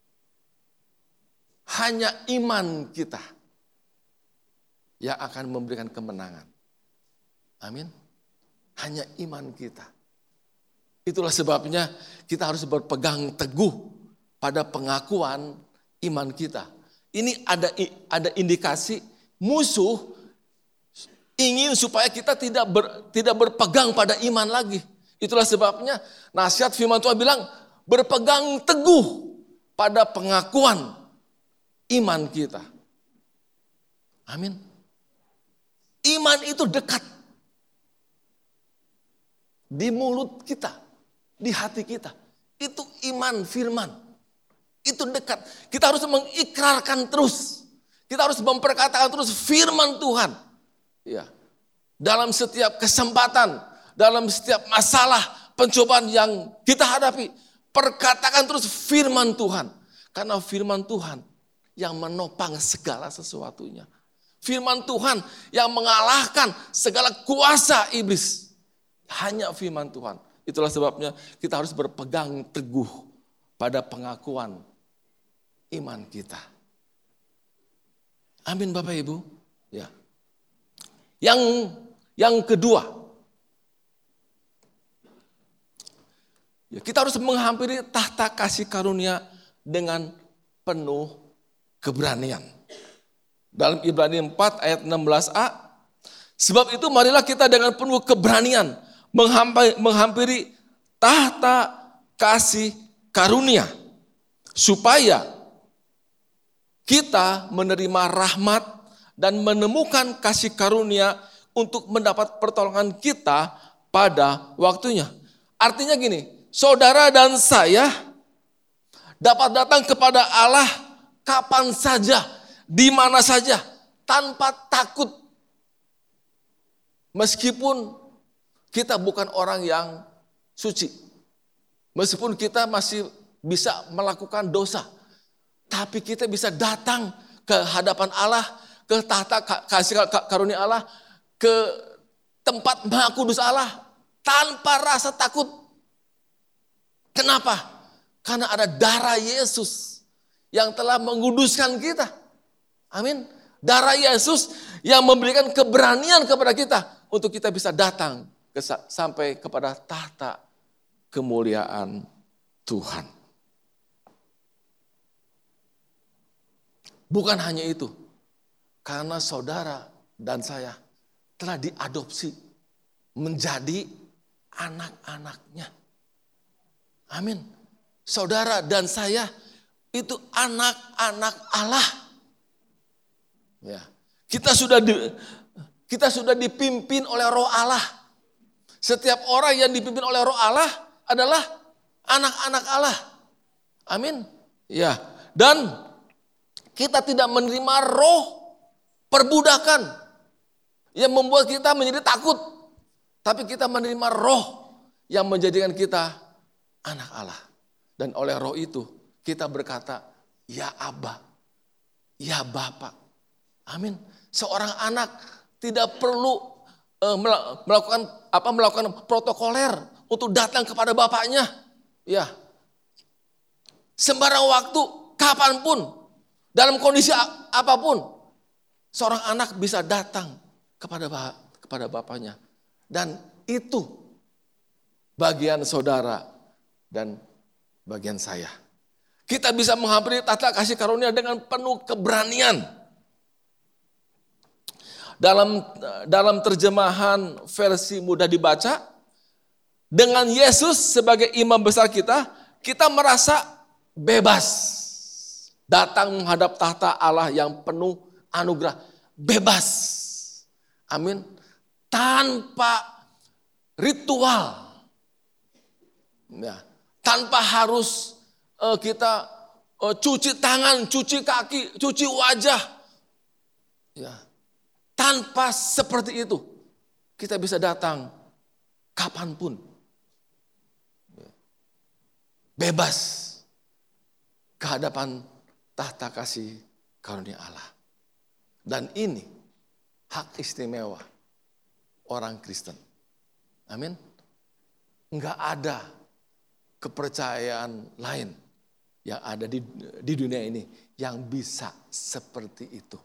Hanya iman kita yang akan memberikan kemenangan. Amin. Hanya iman kita. Itulah sebabnya kita harus berpegang teguh pada pengakuan iman kita. Ini ada indikasi musuh ingin supaya kita tidak berpegang pada iman lagi. Itulah sebabnya nasihat firman Tuhan bilang berpegang teguh pada pengakuan iman kita. Amin. Iman itu dekat di mulut kita, di hati kita. Itu iman firman. Itu dekat. Kita harus mengikrarkan terus. Kita harus memperkatakan terus firman Tuhan. Ya. Dalam setiap kesempatan, dalam setiap masalah, pencobaan yang kita hadapi, perkatakan terus firman Tuhan. Karena firman Tuhan yang menopang segala sesuatunya. Firman Tuhan yang mengalahkan segala kuasa iblis. Hanya firman Tuhan. Itulah sebabnya kita harus berpegang teguh pada pengakuan iman kita. Amin Bapak Ibu. Ya. Yang kedua, ya, kita harus menghampiri tahta kasih karunia dengan penuh keberanian. Dalam Ibrani 4 ayat 16a, sebab itu marilah kita dengan penuh keberanian menghampiri tahta kasih karunia, supaya kita menerima rahmat dan menemukan kasih karunia untuk mendapat pertolongan kita pada waktunya. Artinya gini, saudara dan saya dapat datang kepada Allah kapan saja, di mana saja, tanpa takut. Meskipun kita bukan orang yang suci, meskipun kita masih bisa melakukan dosa, tapi kita bisa datang ke hadapan Allah, ke tahta kasih karunia Allah, ke tempat Maha Kudus Allah tanpa rasa takut. Kenapa? Karena ada darah Yesus yang telah menguduskan kita. Amin. Darah Yesus yang memberikan keberanian kepada kita untuk kita bisa datang sampai kepada tahta kemuliaan Tuhan. Bukan hanya itu, karena saudara dan saya telah diadopsi menjadi anak-anaknya. Amin. Saudara dan saya itu anak-anak Allah. Ya, kita sudah dipimpin oleh Roh Allah. Setiap orang yang dipimpin oleh Roh Allah adalah anak-anak Allah. Amin. Ya, dan kita tidak menerima roh perbudakan yang membuat kita menjadi takut. Tapi kita menerima roh yang menjadikan kita anak Allah. Dan oleh roh itu kita berkata, ya Abba, ya Bapa. Amin. Seorang anak tidak perlu melakukan protokoler untuk datang kepada bapaknya. Ya. Sembarang waktu, kapanpun, dalam kondisi apapun, seorang anak bisa datang kepada bapaknya. Dan itu bagian saudara dan bagian saya. Kita bisa menghampiri tahta kasih karunia dengan penuh keberanian. Dalam terjemahan versi mudah dibaca, dengan Yesus sebagai imam besar kita merasa bebas datang menghadap tahta Allah yang penuh anugerah. Bebas. Amin. Tanpa ritual. Ya, tanpa harus kita cuci tangan, cuci kaki, cuci wajah. Ya. Tanpa seperti itu, kita bisa datang kapanpun. Bebas ke hadapan tahta kasih karunia Allah. Dan ini hak istimewa orang Kristen. Amin. Enggak ada kepercayaan lain yang ada di dunia ini yang bisa seperti itu.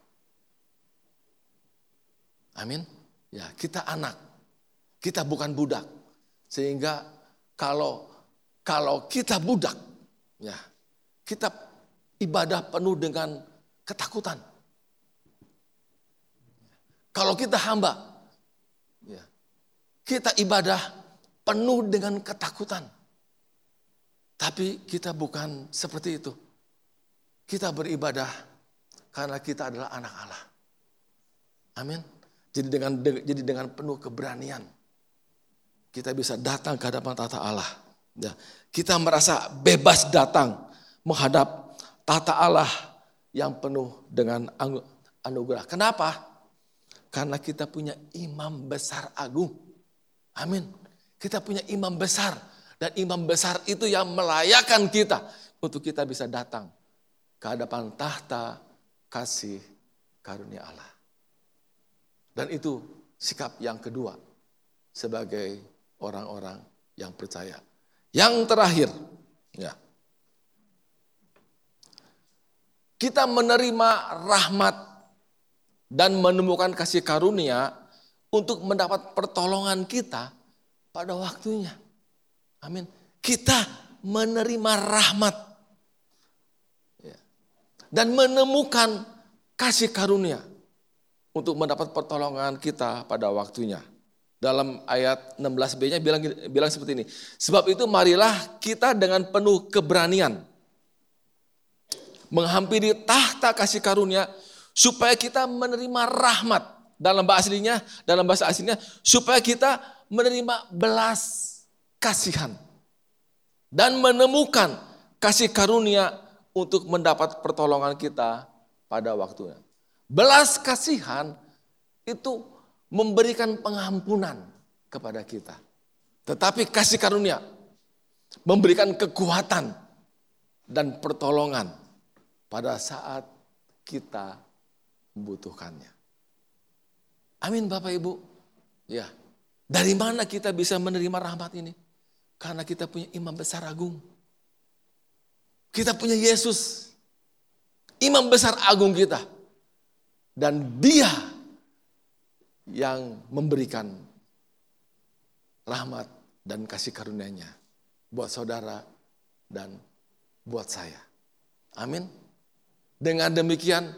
Amin. Ya, kita anak. Kita bukan budak. Sehingga kalau kita budak, ya, kita ibadah penuh dengan ketakutan. Kalau kita hamba, ya, kita ibadah penuh dengan ketakutan. Tapi kita bukan seperti itu. Kita beribadah karena kita adalah anak Allah. Amin. Jadi dengan penuh keberanian kita bisa datang ke hadapan tahta Allah. Ya, kita merasa bebas datang menghadap tahta Allah yang penuh dengan anugerah. Kenapa? Karena kita punya imam besar agung. Amin. Kita punya imam besar. Dan imam besar itu yang melayakkan kita untuk kita bisa datang ke hadapan tahta kasih karunia Allah. Dan itu sikap yang kedua sebagai orang-orang yang percaya. Yang terakhir, ya, kita menerima rahmat dan menemukan kasih karunia untuk mendapat pertolongan kita pada waktunya. Amin. Kita menerima rahmat dan menemukan kasih karunia untuk mendapat pertolongan kita pada waktunya. Dalam ayat 16b-nya bilang seperti ini. Sebab itu marilah kita dengan penuh keberanian menghampiri tahta kasih karunia supaya kita menerima rahmat. Dalam bahasa aslinya supaya kita menerima belas kasihan dan menemukan kasih karunia untuk mendapat pertolongan kita pada waktunya. Belas kasihan itu memberikan pengampunan kepada kita. Tetapi kasih karunia memberikan kekuatan dan pertolongan pada saat kita membutuhkannya. Amin Bapak Ibu. Ya. Dari mana kita bisa menerima rahmat ini? Karena kita punya imam besar agung. Kita punya Yesus. Imam besar agung kita. Dan dia yang memberikan rahmat dan kasih karunia-Nya buat saudara dan buat saya. Amin. Dengan demikian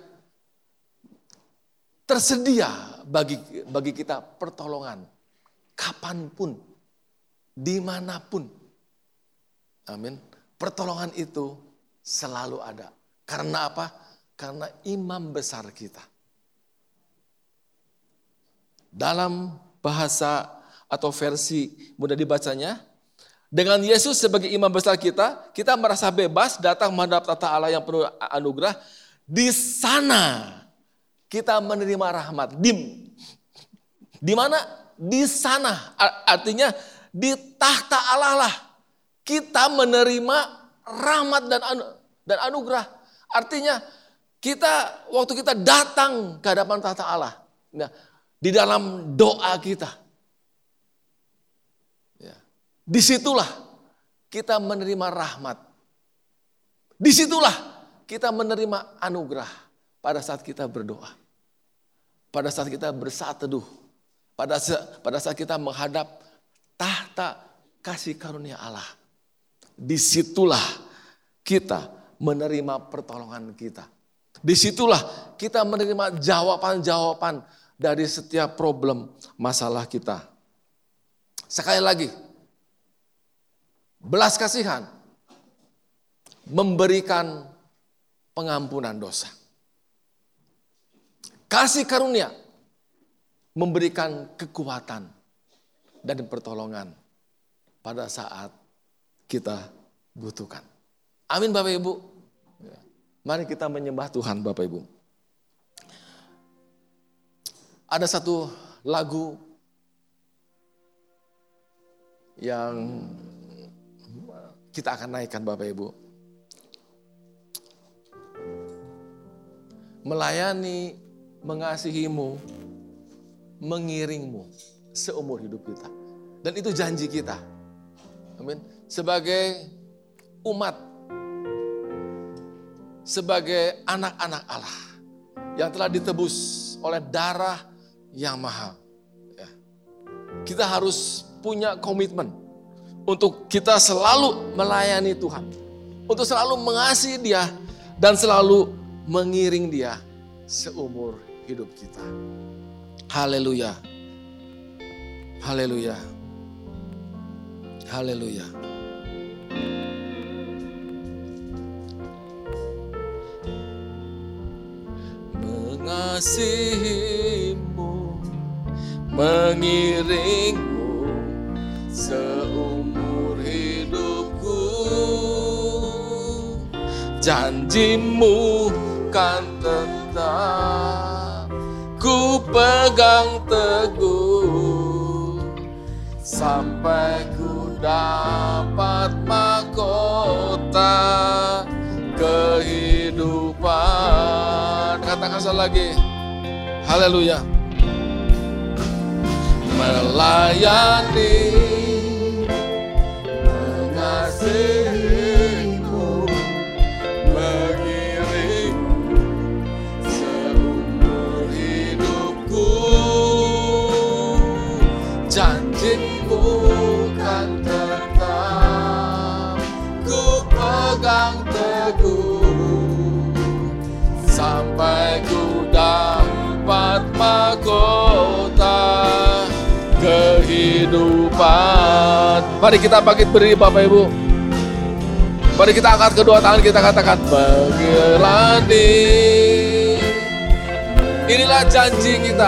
tersedia bagi kita pertolongan kapanpun, dimanapun. Amin. Pertolongan itu selalu ada. Karena apa? Karena imam besar kita. Dalam bahasa atau versi mudah dibacanya, dengan Yesus sebagai imam besar kita, kita merasa bebas datang menghadap tahta Allah yang penuh anugerah. Di sana kita menerima rahmat. Di mana? Di sana. Artinya di tahta Allah lah kita menerima rahmat dan anugerah. Artinya waktu kita datang ke hadapan tahta Allah. Nah, di dalam doa kita. Ya. Disitulah kita menerima rahmat. Disitulah kita menerima anugerah pada saat kita berdoa. Pada saat kita bersaat teduh. Pada saat kita menghadap tahta kasih karunia Allah. Disitulah kita menerima pertolongan kita. Disitulah kita menerima jawaban-jawaban dari setiap problem masalah kita. Sekali lagi, belas kasihan memberikan pengampunan dosa. Kasih karunia memberikan kekuatan dan pertolongan pada saat kita butuhkan. Amin Bapak Ibu. Mari kita menyembah Tuhan Bapak Ibu. Ada satu lagu yang kita akan naikkan Bapak Ibu. Melayani, mengasihimu, mengiringmu seumur hidup kita. Dan itu janji kita. Amin. Sebagai umat, sebagai anak-anak Allah yang telah ditebus oleh darah yang mahal. Ya. Kita harus punya komitmen untuk kita selalu melayani Tuhan. Untuk selalu mengasihi Dia dan selalu mengiring Dia seumur hidup kita. Haleluya. Haleluya. Haleluya. Mengasihimu, mengiringmu seumur hidupku. Janjimu kan tetap ku pegang teguh sampai ku dapat mahkota kehidupan. Katakan sekali lagi. Haleluya. Melayani, mengasihimu, mengiringmu seumur hidupku. Janjimu kan tetap ku pegang teguh sampai ku dapat mahkota kehidupan. Mari kita bangkit berdiri Bapak Ibu. Mari kita angkat kedua tangan, kita katakan mengelani. Inilah janji kita.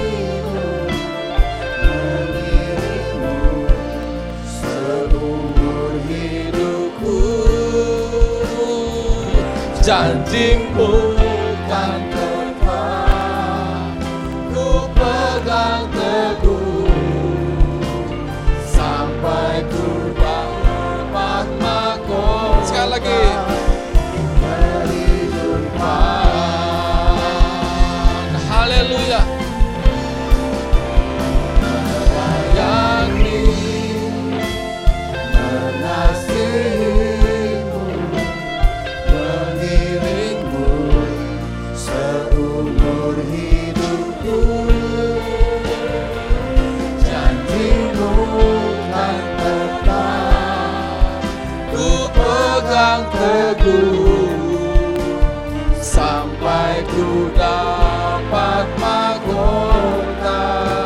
Seumur hidupku, janjimu kan tetap ku pegang teguh sampai ku dapat mahkota. Sekali lagi. Kehidupan. Haleluya. Melayani, mengasihimu, mengiringmu seumur hidupku. Janjimu kan tetap ku pegang teguh sampai ku dapat mahkota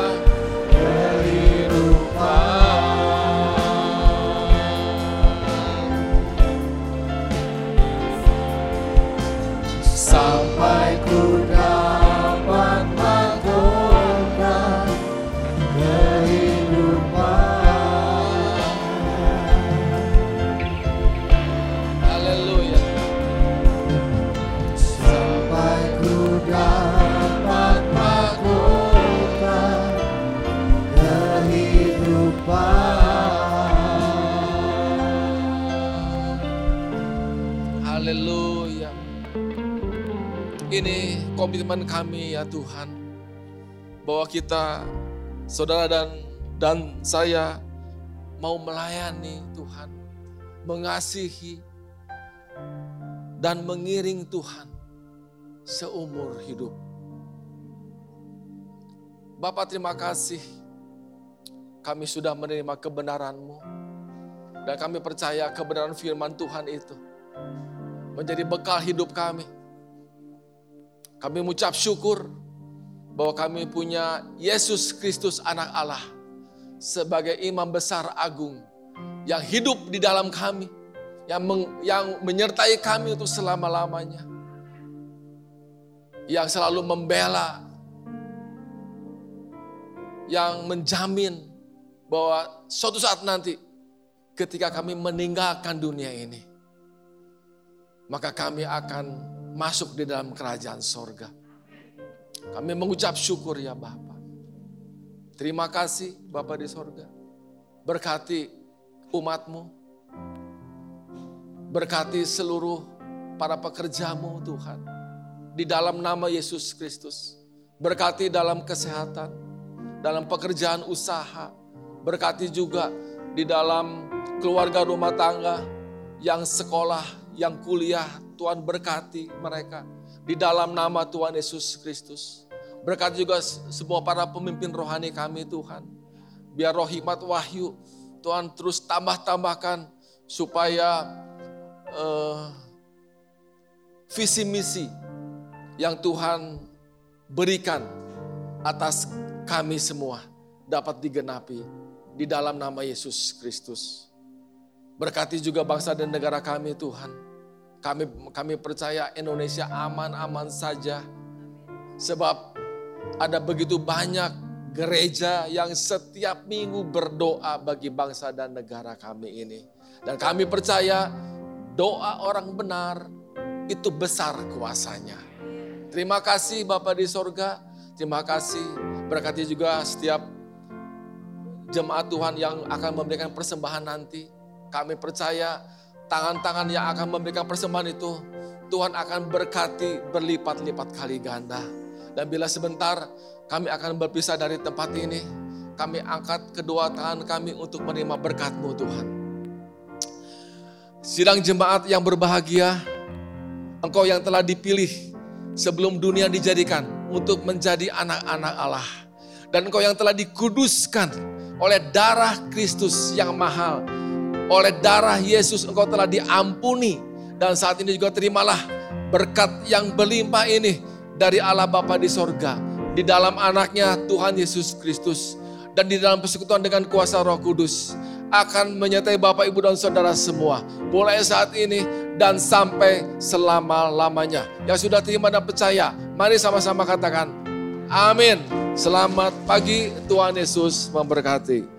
kehidupan. Sampai ku dapat mahkota kehidupan. Haleluya. Sampai ku dapat mahkota kehidupan. Haleluya. Ini komitmen kami ya Tuhan, bahwa kita, saudara dan saya mau melayani Tuhan, mengasihi dan mengiring Tuhan seumur hidup. Bapa, terima kasih kami sudah menerima kebenaran-Mu dan kami percaya kebenaran firman Tuhan itu menjadi bekal hidup kami. Kami mengucap syukur bahwa kami punya Yesus Kristus anak Allah sebagai imam besar agung yang hidup di dalam kami, yang menyertai kami untuk selama-lamanya, yang selalu membela, yang menjamin bahwa suatu saat nanti ketika kami meninggalkan dunia ini, maka kami akan masuk di dalam kerajaan sorga. Kami mengucap syukur ya Bapa. Terima kasih Bapa di sorga. Berkati umat-Mu. Berkati seluruh para pekerja-Mu Tuhan. Di dalam nama Yesus Kristus. Berkati dalam kesehatan, dalam pekerjaan usaha. Berkati juga di dalam keluarga rumah tangga, yang sekolah, yang kuliah. Tuhan berkati mereka. Di dalam nama Tuhan Yesus Kristus. Berkati juga semua para pemimpin rohani kami Tuhan. Biar roh hikmat wahyu Tuhan terus tambah-tambahkan supaya visi misi yang Tuhan berikan atas kami semua dapat digenapi di dalam nama Yesus Kristus. Berkati juga bangsa dan negara kami Tuhan. Kami percaya Indonesia aman-aman saja. Sebab ada begitu banyak gereja yang setiap minggu berdoa bagi bangsa dan negara kami ini. Dan kami percaya doa orang benar itu besar kuasanya. Terima kasih Bapa di sorga. Terima kasih. Berkati juga setiap jemaat Tuhan yang akan memberikan persembahan nanti. Kami percaya tangan-tangan yang akan memberikan persembahan itu Tuhan akan berkati berlipat-lipat kali ganda. Dan bila sebentar kami akan berpisah dari tempat ini, kami angkat kedua tangan kami untuk menerima berkat-Mu Tuhan. Sidang jemaat yang berbahagia, Engkau yang telah dipilih sebelum dunia dijadikan untuk menjadi anak-anak Allah. Dan Engkau yang telah dikuduskan oleh darah Kristus yang mahal. Oleh darah Yesus Engkau telah diampuni. Dan saat ini juga terimalah berkat yang berlimpah ini dari Allah Bapa di sorga. Di dalam anaknya Tuhan Yesus Kristus. Dan di dalam persekutuan dengan kuasa Roh Kudus. Akan menyertai Bapak, Ibu, dan Saudara semua. Mulai saat ini dan sampai selama-lamanya. Yang sudah terima dan percaya, mari sama-sama katakan amin. Selamat pagi, Tuhan Yesus memberkati.